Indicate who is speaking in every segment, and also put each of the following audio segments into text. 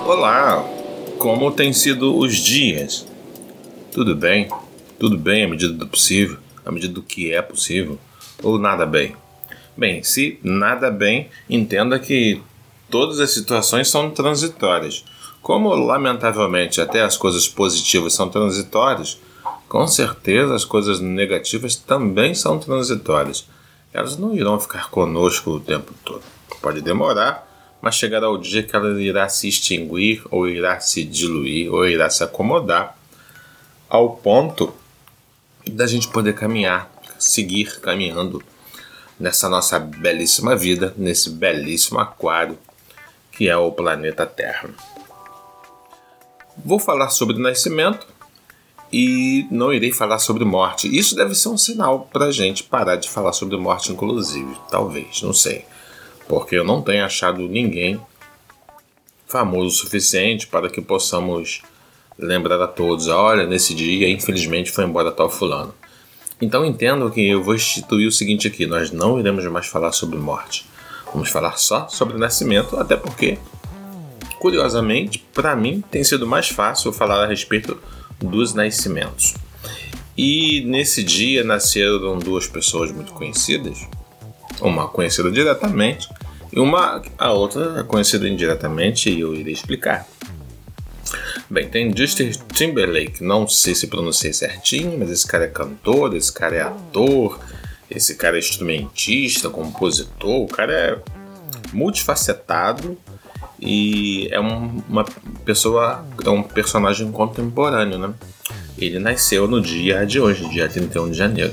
Speaker 1: Olá, como têm sido os dias? Tudo bem? Tudo bem à medida do possível, à medida do que é possível, ou nada bem? Bem, se nada bem, entenda que todas as situações são transitórias. Como, lamentavelmente, até as coisas positivas são transitórias, com certeza as coisas negativas também são transitórias. Elas não irão ficar conosco o tempo todo. Pode demorar, mas chegará o dia que ela irá se extinguir, ou irá se diluir, ou irá se acomodar, ao ponto da gente poder caminhar, seguir caminhando nessa nossa belíssima vida, nesse belíssimo aquário que é o planeta Terra. Vou falar sobre nascimento e não irei falar sobre morte. Isso deve ser um sinal para a gente parar de falar sobre morte, inclusive. Talvez, não sei. Porque eu não tenho achado ninguém famoso o suficiente para que possamos lembrar a todos: olha, nesse dia, infelizmente, foi embora tal fulano. Então entendo que eu vou instituir o seguinte aqui: nós não iremos mais falar sobre morte. Vamos falar só sobre nascimento, até porque, curiosamente, para mim, tem sido mais fácil falar a respeito dos nascimentos. E nesse dia nasceram duas pessoas muito conhecidas, uma conhecida diretamente e a outra conhecida indiretamente, e eu irei explicar. Bem, tem Justin Timberlake, não sei se pronunciei certinho, mas esse cara é cantor, esse cara é ator, esse cara é instrumentista, compositor, o cara é multifacetado e é uma pessoa, é um personagem contemporâneo, né? Ele nasceu no dia de hoje, dia 31 de janeiro.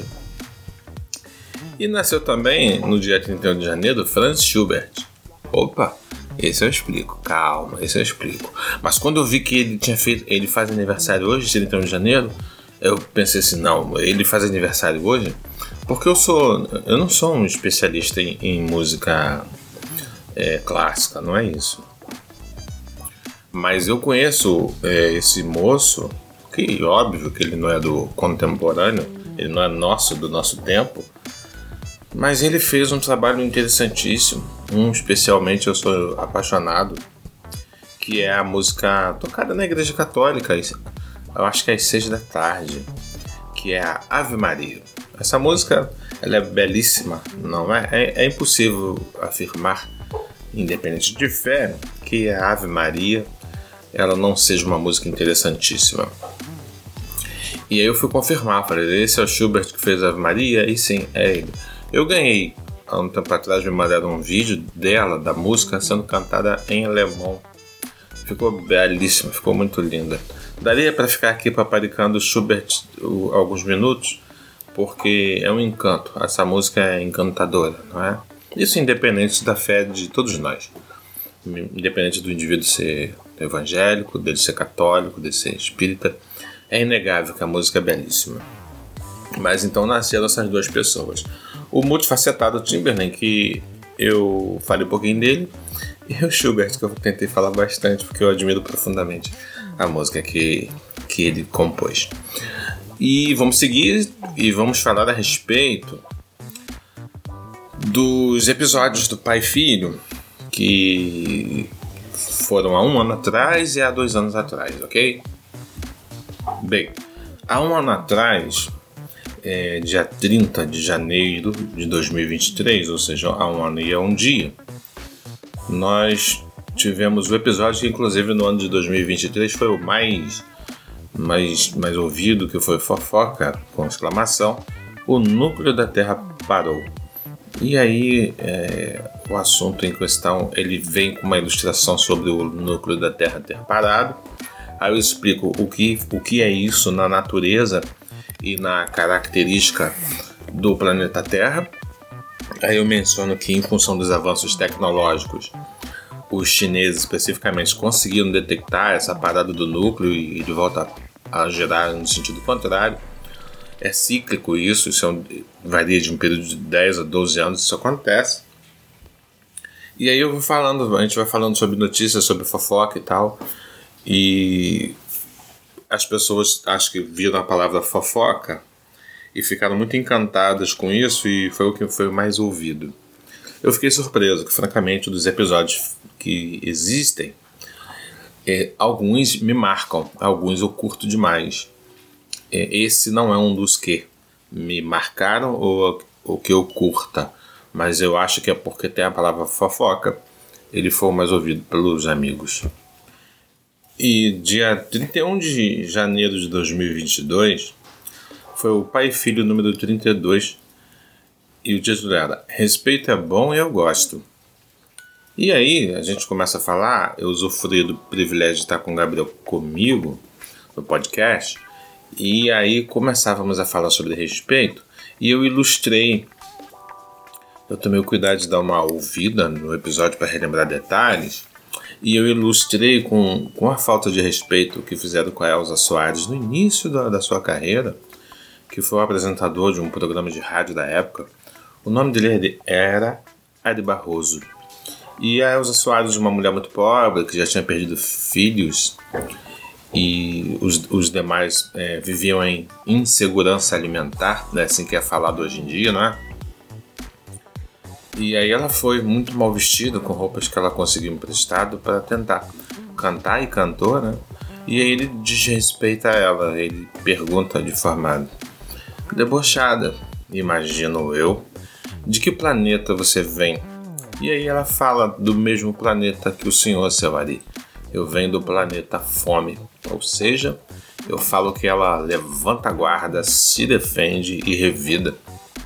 Speaker 1: E nasceu também no dia 31 de janeiro Franz Schubert. Opa, esse eu explico, calma, esse eu explico. Mas quando eu vi que ele faz aniversário hoje, 31 de janeiro, eu pensei assim: não, ele faz aniversário hoje porque eu não sou um especialista em música clássica, não é isso. Mas eu conheço esse moço, que óbvio que ele não é do contemporâneo, ele não é do nosso tempo, mas ele fez um trabalho interessantíssimo, especialmente eu sou apaixonado, que é a música tocada na Igreja Católica, eu acho que às 6 da tarde, que é a Ave Maria. Essa música, ela é belíssima, não é? É impossível afirmar, independente de fé, que a Ave Maria ela não seja uma música interessantíssima. E aí eu fui confirmar, falei: esse é o Schubert que fez a Ave Maria? E sim, é ele. Eu ganhei, há um tempo atrás, me mandaram um vídeo dela, da música, sendo cantada em alemão. Ficou belíssima, ficou muito linda. Daria para ficar aqui paparicando Schubert alguns minutos, porque é um encanto. Essa música é encantadora, não é? Isso independente da fé de todos nós. Independente do indivíduo ser evangélico, dele ser católico, dele ser espírita, é inegável que a música é belíssima. Mas então nasceram essas duas pessoas. O multifacetado Timberlake, que eu falei um pouquinho dele, e o Schubert, que eu tentei falar bastante, porque eu admiro profundamente a música que ele compôs. E vamos seguir e vamos falar a respeito dos episódios do Pai e Filho, que foram há 1 ano atrás e há 2 anos atrás, ok? Bem, há 1 ano atrás, dia 30 de janeiro de 2023, ou seja, há 1 ano e há 1 dia, nós tivemos o episódio que, inclusive, no ano de 2023 foi o mais ouvido, que foi Fofoca, com exclamação: o núcleo da Terra parou. E aí, o assunto em questão, ele vem com uma ilustração sobre o núcleo da Terra ter parado. Aí eu explico o que é isso na natureza e na característica do planeta Terra. Aí eu menciono que, em função dos avanços tecnológicos, os chineses especificamente conseguiram detectar essa parada do núcleo e de volta a girar no sentido contrário. É cíclico isso varia de um período de 10 a 12 anos, isso acontece. E aí a gente vai falando sobre notícias, sobre fofoca e tal, e as pessoas acho que viram a palavra fofoca e ficaram muito encantadas com isso, e foi o que foi mais ouvido. Eu fiquei surpreso, que francamente, dos episódios que existem, Alguns me marcam, alguns eu curto demais. Esse não é um dos que me marcaram ou que eu curta, mas eu acho que é porque tem a palavra fofoca, ele foi mais ouvido pelos amigos. E dia 31 de janeiro de 2022 foi o Pai e Filho número 32, e o título era Respeito é bom e eu gosto. E aí a gente começa a falar, eu usufruí do privilégio de estar com o Gabriel comigo no podcast, e aí começávamos a falar sobre respeito, e eu ilustrei, eu tomei o cuidado de dar uma ouvida no episódio para relembrar detalhes, e eu ilustrei com a falta de respeito que fizeram com a Elza Soares no início da sua carreira, que foi o apresentador de um programa de rádio da época. O nome dele era Ari Barroso. E a Elza Soares, uma mulher muito pobre, que já tinha perdido filhos, e os demais viviam em insegurança alimentar, né, assim que é falado hoje em dia, não é? E aí ela foi muito mal vestida, com roupas que ela conseguiu emprestado para tentar cantar, e cantou, né? E aí ele desrespeita ela, ele pergunta de forma debochada, imagino eu, de que planeta você vem? E aí ela fala do mesmo planeta que o senhor, seu Ari. Eu venho do planeta Fome. Ou seja, eu falo que ela levanta a guarda, se defende e revida.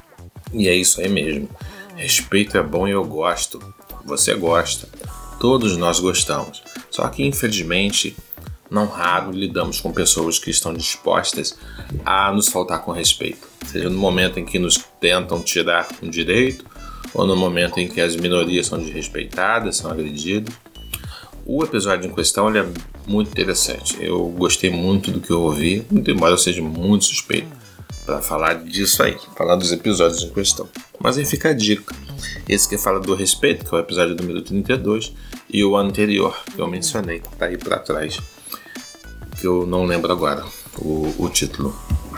Speaker 1: E é isso aí mesmo. Respeito é bom e eu gosto. Você gosta. Todos nós gostamos. Só que, infelizmente, não raro lidamos com pessoas que estão dispostas a nos faltar com respeito. Seja no momento em que nos tentam tirar um direito, ou no momento em que as minorias são desrespeitadas, são agredidas. O episódio em questão ele é muito interessante. Eu gostei muito do que eu ouvi, embora eu seja muito suspeito para falar disso aí, falar dos episódios em questão. Mas aí fica a dica. Esse que fala do respeito, que é o episódio número 32, e o anterior, que eu mencionei, que tá aí para trás, que eu não lembro agora o título.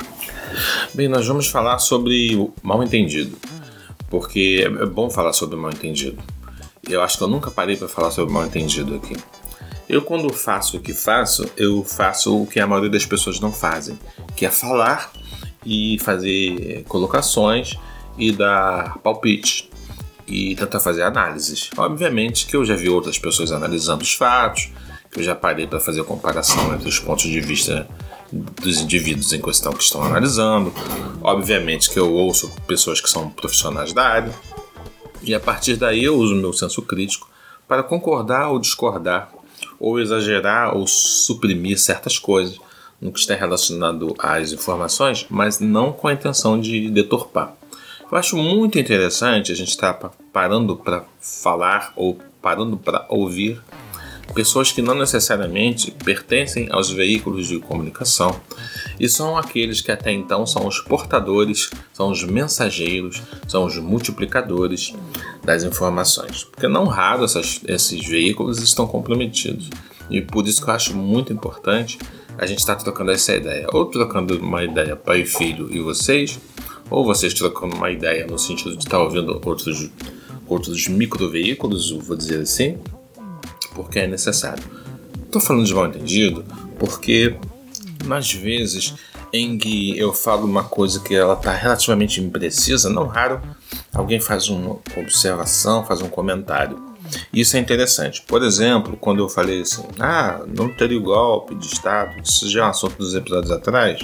Speaker 1: Bem, nós vamos falar sobre o mal-entendido, porque é bom falar sobre o mal-entendido. Eu acho que eu nunca parei para falar sobre o mal-entendido aqui. Eu, quando faço o que faço, eu faço o que a maioria das pessoas não fazem, que é falar e fazer colocações e dar palpite e tentar fazer análises. Obviamente que eu já vi outras pessoas analisando os fatos, que eu já parei para fazer comparação entre os pontos de vista dos indivíduos em questão que estão analisando. Obviamente que eu ouço pessoas que são profissionais da área, e a partir daí eu uso o meu senso crítico para concordar ou discordar, ou exagerar ou suprimir certas coisas no que está relacionado às informações, mas não com a intenção de deturpar. Eu acho muito interessante a gente estar parando para falar ou parando para ouvir pessoas que não necessariamente pertencem aos veículos de comunicação e são aqueles que até então são os portadores, são os mensageiros, são os multiplicadores das informações. Porque não raro esses veículos estão comprometidos. E por isso que eu acho muito importante a gente estar trocando essa ideia. Ou trocando uma ideia pai e filho e vocês, ou vocês trocando uma ideia no sentido de estar ouvindo outros microveículos, vou dizer assim, porque é necessário. Estou falando de mal-entendido porque nas vezes em que eu falo uma coisa que ela está relativamente imprecisa, não raro alguém faz uma observação, faz um comentário. Isso é interessante. Por exemplo, quando eu falei assim, não teria golpe de Estado, isso já é um assunto dos episódios atrás.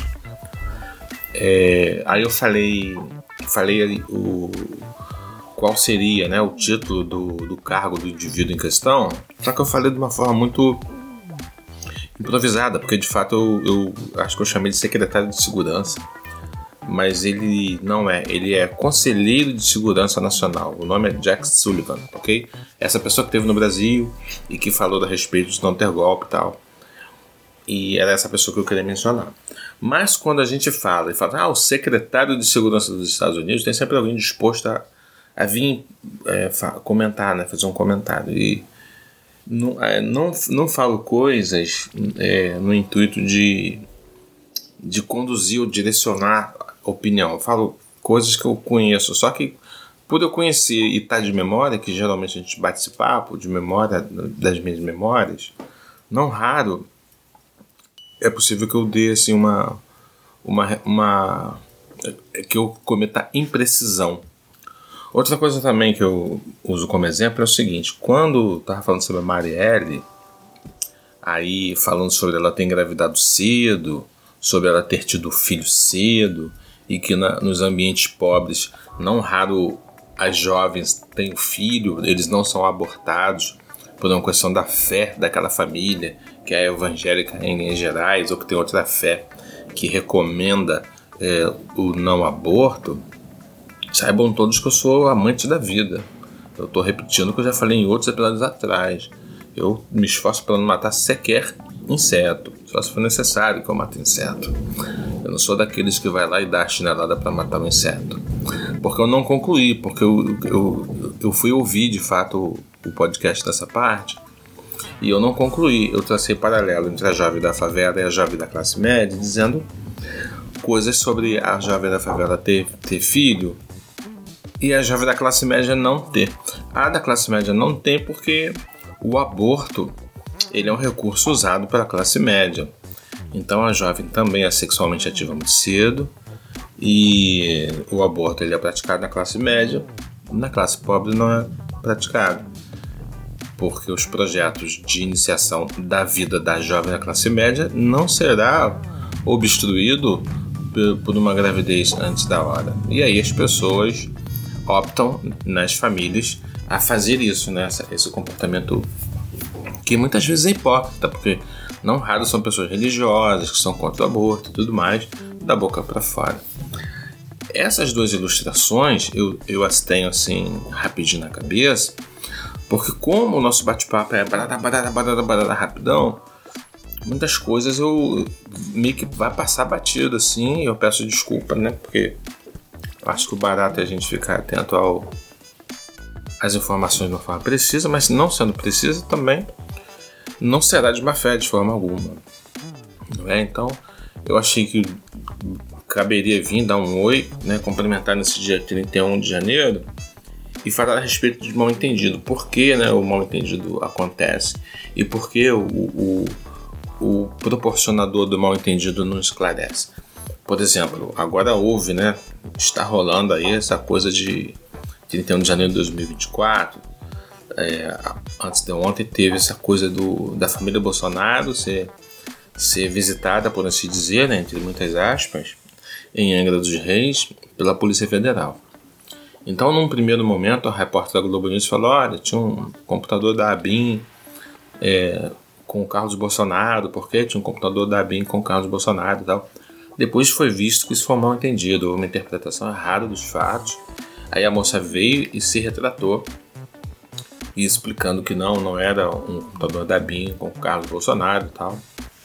Speaker 1: Aí eu falei qual seria, né, o título do cargo do indivíduo em questão, só que eu falei de uma forma muito improvisada, porque de fato eu acho que eu chamei de secretário de segurança, mas ele não é, ele é conselheiro de segurança nacional, o nome é Jack Sullivan, ok? Essa pessoa que esteve no Brasil e que falou a respeito de não ter golpe e tal, e era essa pessoa que eu queria mencionar. Mas quando a gente fala o secretário de segurança dos Estados Unidos, tem sempre alguém disposto a vir comentar, né, fazer um comentário. E não falo coisas no intuito de conduzir ou direcionar a opinião. Eu falo coisas que eu conheço. Só que por eu conhecer e estar de memória, que geralmente a gente bate esse papo de memória, das minhas memórias, Não raro é possível que eu dê assim que eu cometa imprecisão. Outra coisa também que eu uso como exemplo é o seguinte: quando eu estava falando sobre a Marielle, aí falando sobre ela ter engravidado cedo, sobre ela ter tido filho cedo, e que nos ambientes pobres, não raro as jovens têm filho, eles não são abortados por uma questão da fé daquela família, que é evangélica em linhas gerais, ou que tem outra fé que recomenda o não aborto. Saibam todos que eu sou amante da vida. Eu estou repetindo o que eu já falei em outros episódios atrás. Eu me esforço para não matar sequer inseto, só se for necessário que eu mate inseto. Eu não sou daqueles que vai lá e dá a chinelada para matar um inseto. Porque eu não concluí, porque eu fui ouvir de fato o podcast dessa parte e eu não concluí. Eu tracei paralelo entre a jovem da favela e a jovem da classe média, dizendo coisas sobre a jovem da favela ter filho e a jovem da classe média não ter. A da classe média não tem porque o aborto ele é um recurso usado pela classe média. Então a jovem também é sexualmente ativa muito cedo e o aborto ele é praticado na classe média, na classe pobre não é praticado, porque os projetos de iniciação da vida da jovem da classe média não será obstruído por uma gravidez antes da hora. E aí as pessoas optam nas famílias a fazer isso, né? Esse comportamento que muitas vezes é hipócrita, porque não raro são pessoas religiosas que são contra o aborto e tudo mais, da boca para fora. Essas duas ilustrações eu as tenho assim rapidinho na cabeça, porque como o nosso bate-papo é barada rapidão, muitas coisas eu meio que vai passar batido assim, eu peço desculpa, né? Porque eu acho que o barato é a gente ficar atento às informações de uma forma precisa, mas não sendo precisa também não será de má fé de forma alguma, não é? Então eu achei que caberia vir dar um oi, né, cumprimentar nesse dia 31 de janeiro e falar a respeito de mal entendido, por que, né, o mal entendido acontece e por que o proporcionador do mal entendido não esclarece. Por exemplo, agora houve, né, está rolando aí essa coisa de 31 de janeiro de 2024, antes de ontem teve essa coisa da família Bolsonaro ser visitada, por assim dizer, né, entre muitas aspas, em Angra dos Reis, pela Polícia Federal. Então, num primeiro momento, a repórter da Globo News falou: olha, tinha um computador da ABIN com o Carlos Bolsonaro, porque tinha um computador da ABIN com o Carlos Bolsonaro e tal. Depois foi visto que isso foi mal entendido, uma interpretação errada dos fatos. Aí a moça veio e se retratou, e explicando que não era um computador da ABIN com o Carlos Bolsonaro e tal.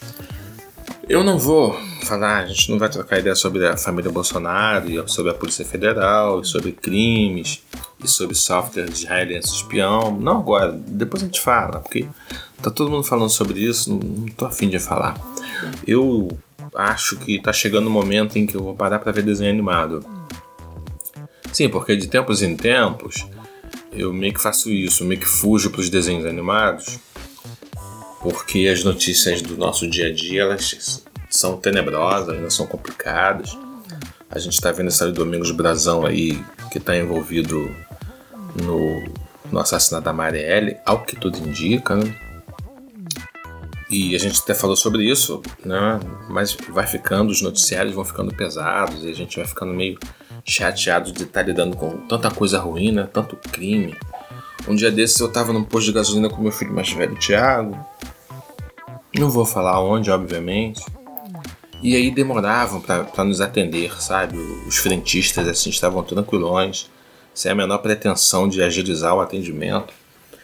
Speaker 1: Eu não vou falar, a gente não vai trocar ideia sobre a família Bolsonaro e sobre a Polícia Federal, e sobre crimes, e sobre software de israelense espião. Não agora, depois a gente fala, porque tá todo mundo falando sobre isso, não tô afim de falar. Eu acho que tá chegando o momento em que eu vou parar para ver desenho animado. Sim, porque de tempos em tempos eu meio que faço isso, meio que fujo pros desenhos animados, porque as notícias do nosso dia a dia elas são tenebrosas, elas são complicadas. A gente está vendo essa Domingos Brazão aí, que está envolvido no assassinato da Marielle, ao que tudo indica, né? E a gente até falou sobre isso, né? Mas vai ficando, os noticiários vão ficando pesados e a gente vai ficando meio chateado de estar lidando com tanta coisa ruim, né? Tanto crime. Um dia desses eu estava num posto de gasolina com meu filho mais velho, Thiago. Não vou falar onde, obviamente. E aí demoravam para nos atender, sabe? Os frentistas assim estavam tranquilões, sem a menor pretensão de agilizar o atendimento.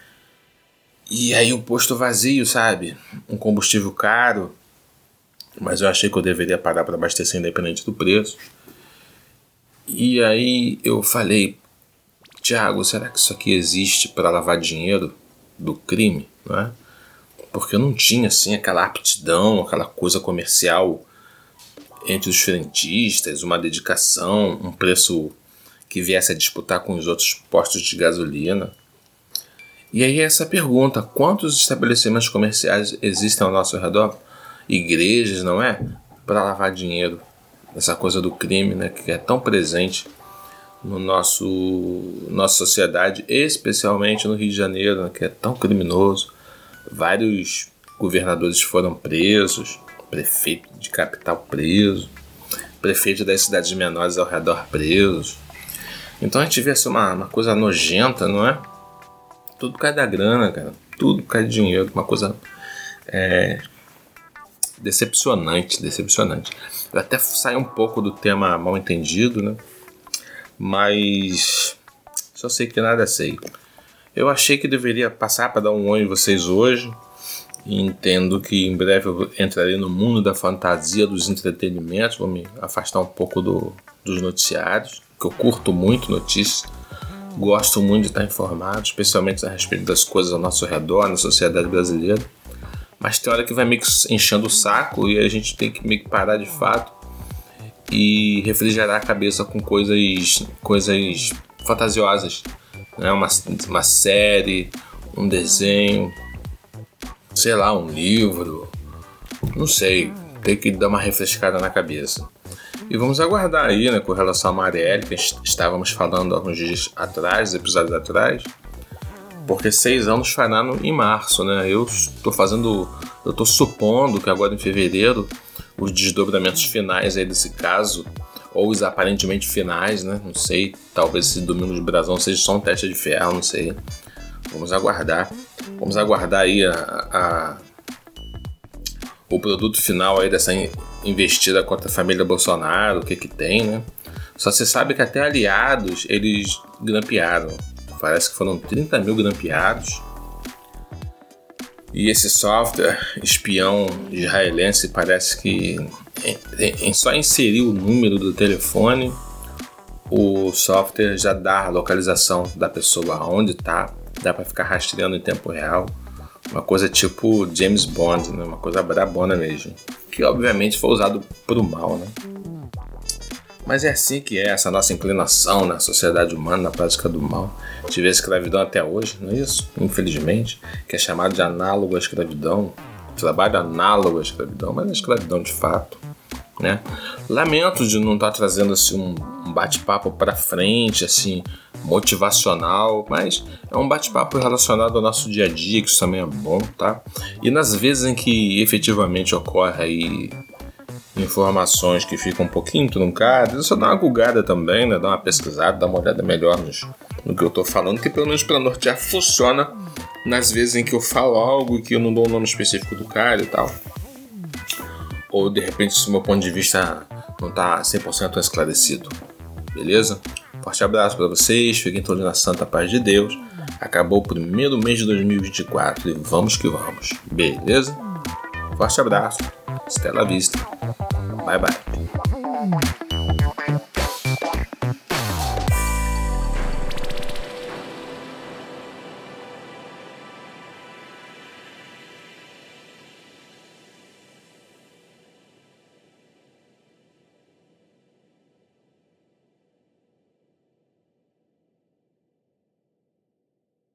Speaker 1: E aí o posto vazio, sabe? Um combustível caro, mas eu achei que eu deveria parar para abastecer independente do preço. E aí eu falei: Thiago, será que isso aqui existe para lavar dinheiro do crime, não é? Porque eu não tinha assim aquela aptidão, aquela coisa comercial entre os frentistas, uma dedicação, um preço que viesse a disputar com os outros postos de gasolina. E aí essa pergunta, quantos estabelecimentos comerciais existem ao nosso redor? Igrejas, não é? Para lavar dinheiro. Essa coisa do crime, né? Que é tão presente no nossa sociedade, especialmente no Rio de Janeiro, né? Que é tão criminoso. Vários governadores foram presos, prefeito de capital preso, prefeito das cidades menores ao redor presos. Então a gente vê assim uma coisa nojenta, não é? Tudo cai da grana, cara. Tudo cai de dinheiro. Uma coisa decepcionante. Eu até saí um pouco do tema mal entendido, né? Mas só sei que nada sei. Eu achei que deveria passar para dar um oi em vocês hoje. E entendo que em breve eu entrarei no mundo da fantasia, dos entretenimentos. Vou me afastar um pouco dos noticiários, que eu curto muito notícias. Gosto muito de estar informado, especialmente a respeito das coisas ao nosso redor, na sociedade brasileira. Mas tem hora que vai meio que enchendo o saco e a gente tem que meio que parar de fato e refrigerar a cabeça com coisas fantasiosas, né? Uma série, um desenho, sei lá, um livro, não sei, tem que dar uma refrescada na cabeça. E vamos aguardar aí, né, com relação a Marielle, que estávamos falando alguns dias atrás, episódios atrás, porque 6 anos fará em março, né? Eu estou supondo que agora em fevereiro os desdobramentos finais aí desse caso, ou os aparentemente finais, né? Não sei, talvez esse domingo de brasão seja só um teste de ferro, não sei. Vamos aguardar aí o produto final aí dessa investida contra a família Bolsonaro, o que tem, né? Só se sabe que até aliados eles grampearam. Parece que foram 30 mil grampeados. E esse software espião israelense parece que só inserir o número do telefone, o software já dá a localização da pessoa onde está, dá para ficar rastreando em tempo real. Uma coisa tipo James Bond, né? Uma coisa brabona mesmo. Que obviamente foi usado pro mal, né? Mas é assim que é essa nossa inclinação na sociedade humana, na prática do mal. Tive a escravidão até hoje, não é isso? Infelizmente, que é chamado de análogo à escravidão. Trabalho análogo à escravidão, mas é escravidão de fato, né? Lamento de não estar trazendo assim, um bate-papo para frente, assim, motivacional, mas é um bate-papo relacionado ao nosso dia a dia, que isso também é bom, tá? E nas vezes em que efetivamente ocorre aí informações que ficam um pouquinho truncadas, só dá uma gulgada também, né? Dá uma pesquisada, dá uma olhada melhor no que eu tô falando, que pelo menos para nortear funciona nas vezes em que eu falo algo e que eu não dou o nome específico do cara e tal. Ou de repente se o meu ponto de vista não tá 100% esclarecido. Beleza? Forte abraço para vocês, fiquem todos na santa paz de Deus. Acabou o primeiro mês de 2024 e vamos que vamos. Beleza? Forte abraço. Até la vista. Bye bye.